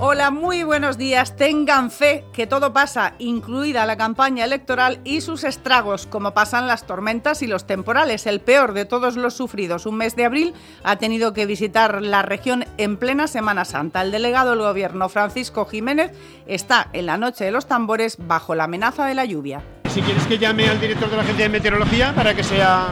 Hola, muy buenos días. Tengan fe que todo pasa, incluida la campaña electoral y sus estragos, como pasan las tormentas y los temporales. El peor de todos los sufridos. Un mes de abril ha tenido que visitar la región en plena Semana Santa. El delegado del Gobierno, Francisco Jiménez, está en la noche de los tambores bajo la amenaza de la lluvia. Si quieres que llame al director de la Agencia de Meteorología para que sea...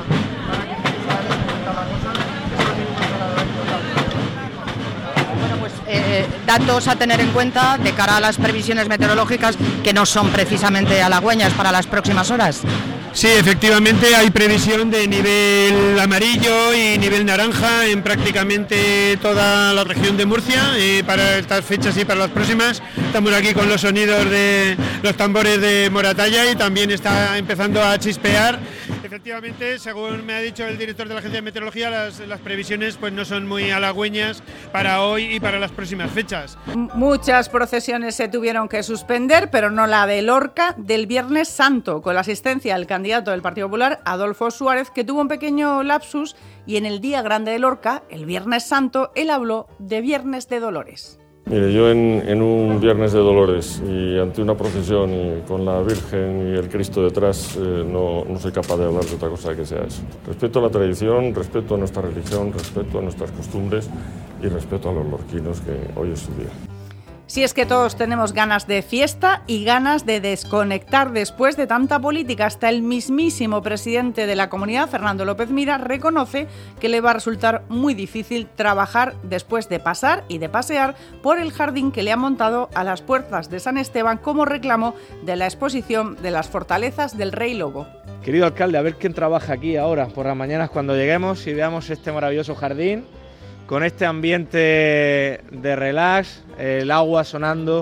Datos a tener en cuenta de cara a las previsiones meteorológicas que no son precisamente halagüeñas para las próximas horas. Sí, efectivamente hay previsión de nivel amarillo y nivel naranja en prácticamente toda la región de Murcia para estas fechas y para las próximas. Estamos aquí con los sonidos de los tambores de Moratalla y también está empezando a chispear. Efectivamente, según me ha dicho el director de la Agencia de Meteorología, las previsiones pues no son muy halagüeñas para hoy y para las próximas fechas. Muchas procesiones se tuvieron que suspender, pero no la de Lorca del Viernes Santo, con la asistencia del candidato del Partido Popular, Adolfo Suárez, que tuvo un pequeño lapsus y en el día grande de Lorca, el Viernes Santo, él habló de Viernes de Dolores. Mire, yo en un Viernes de Dolores y ante una procesión y con la Virgen y el Cristo detrás no soy capaz de hablar de otra cosa que sea eso. Respeto a la tradición, respeto a nuestra religión, respeto a nuestras costumbres y respeto a los lorquinos, que hoy es su día. Si es que todos tenemos ganas de fiesta y ganas de desconectar después de tanta política. Hasta el mismísimo presidente de la comunidad, Fernando López Mira, reconoce que le va a resultar muy difícil trabajar después de pasar y de pasear por el jardín que le ha montado a las puertas de San Esteban como reclamo de la exposición de las fortalezas del Rey Lobo. Querido alcalde, a ver quién trabaja aquí ahora por las mañanas cuando lleguemos y veamos este maravilloso jardín, con este ambiente de relax, el agua sonando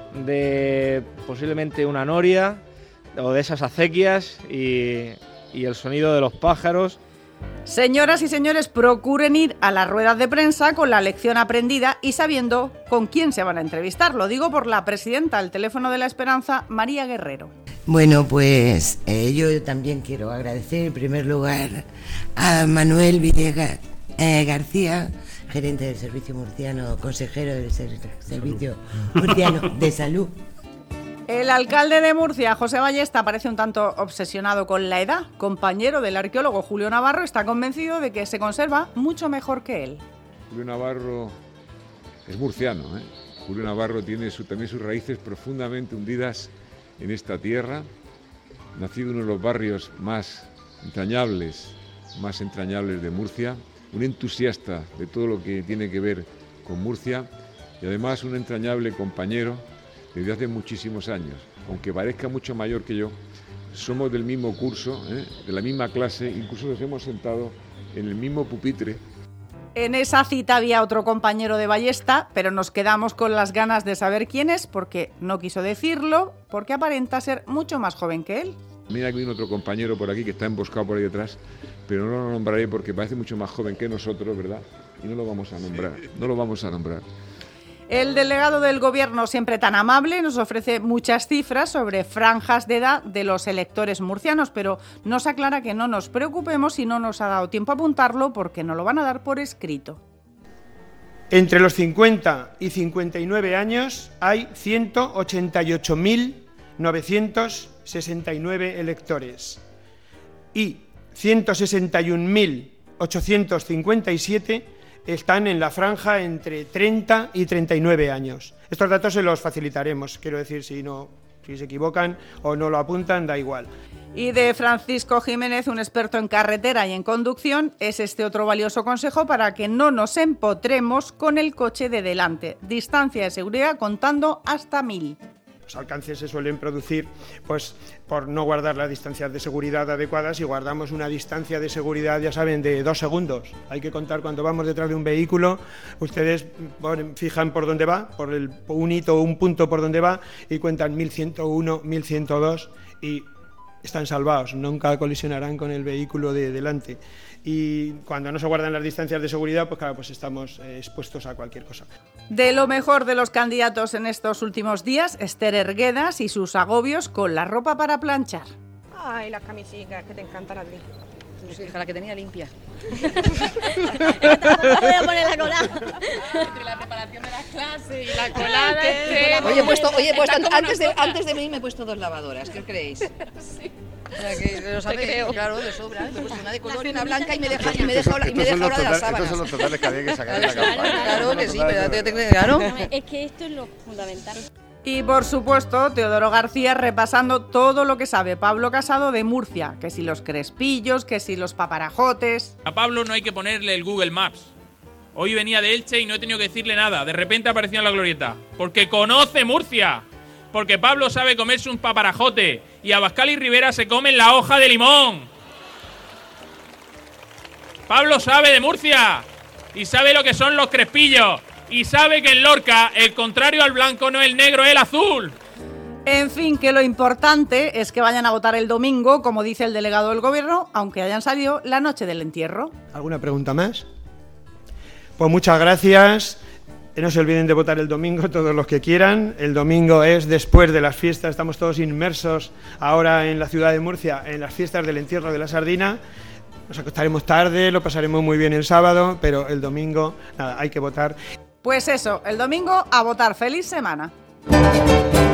de posiblemente una noria o de esas acequias y el sonido de los pájaros. Señoras y señores, procuren ir a las ruedas de prensa con la lección aprendida y sabiendo con quién se van a entrevistar. Lo digo por la presidenta del Teléfono de la Esperanza, María Guerrero. Bueno, pues yo también quiero agradecer en primer lugar a Manuel Villegas García, gerente del Servicio Murciano, consejero del Servicio Murciano de Salud. El alcalde de Murcia, José Ballesta, parece un tanto obsesionado con la edad. Compañero del arqueólogo Julio Navarro, está convencido de que se conserva mucho mejor que él. Julio Navarro es murciano, ¿eh? Julio Navarro tiene también sus raíces profundamente hundidas en esta tierra, nacido en uno de los barrios más entrañables de Murcia, un entusiasta de todo lo que tiene que ver con Murcia y además un entrañable compañero desde hace muchísimos años. Aunque parezca mucho mayor que yo, somos del mismo curso, de la misma clase, incluso nos hemos sentado en el mismo pupitre. En esa cita había otro compañero de Ballesta, pero nos quedamos con las ganas de saber quién es, porque no quiso decirlo, porque aparenta ser mucho más joven que él. Mira que viene otro compañero por aquí que está emboscado por ahí detrás, pero no lo nombraré porque parece mucho más joven que nosotros, ¿verdad? Y no lo vamos a nombrar. El delegado del Gobierno, siempre tan amable, nos ofrece muchas cifras sobre franjas de edad de los electores murcianos, pero nos aclara que no nos preocupemos si no nos ha dado tiempo a apuntarlo porque nos lo van a dar por escrito. Entre los 50 y 59 años hay 188.969 electores y 161.857 están en la franja entre 30 y 39 años. Estos datos se los facilitaremos, quiero decir, si se equivocan o no lo apuntan, da igual. Y de Francisco Jiménez, un experto en carretera y en conducción, es este otro valioso consejo para que no nos empotremos con el coche de delante. Distancia de seguridad contando hasta 1000. Los alcances se suelen producir pues por no guardar las distancias de seguridad adecuadas. Si guardamos una distancia de seguridad, ya saben, de 2 segundos. Hay que contar cuando vamos detrás de un vehículo. Ustedes fijan por dónde va, por un hito o un punto por dónde va y cuentan 1101, 1102 y están salvados, nunca colisionarán con el vehículo de delante. Y cuando no se guardan las distancias de seguridad, pues claro, pues estamos expuestos a cualquier cosa. De lo mejor de los candidatos en estos últimos días, Esther Erguedas y sus agobios con la ropa para planchar. Ay, las camisetas que te encantan a ti. Pues hija, la que tenía limpia. Voy a poner la colada. Entre la preparación de las clases y la colada. Oye, he puesto antes de venir me he puesto 2 lavadoras, ¿qué os creéis? Sí. O sea, que los hace, claro, de sobra. Me he puesto una de color y una blanca y me he dejado una de las sábanas. Estos son los totales que había que sacar de la campaña. Claro que sí, claro. Es que esto es lo fundamental. Y por supuesto, Teodoro García repasando todo lo que sabe Pablo Casado de Murcia, que si los crespillos, que si los paparajotes. A Pablo no hay que ponerle el Google Maps. Hoy venía de Elche y no he tenido que decirle nada. De repente apareció en la glorieta. Porque conoce Murcia. Porque Pablo sabe comerse un paparajote. Y Abascal y Rivera se comen la hoja de limón. Pablo sabe de Murcia. Y sabe lo que son los crespillos. Y sabe que en Lorca el contrario al blanco no es el negro, es el azul. En fin, que lo importante es que vayan a votar el domingo, como dice el delegado del gobierno, aunque hayan salido la noche del entierro. ¿Alguna pregunta más? Pues muchas gracias. No se olviden de votar el domingo, todos los que quieran. El domingo es después de las fiestas, estamos todos inmersos ahora en la ciudad de Murcia, en las fiestas del entierro de la sardina. Nos acostaremos tarde, lo pasaremos muy bien el sábado, pero el domingo, nada, hay que votar. Pues eso, el domingo a votar. ¡Feliz semana!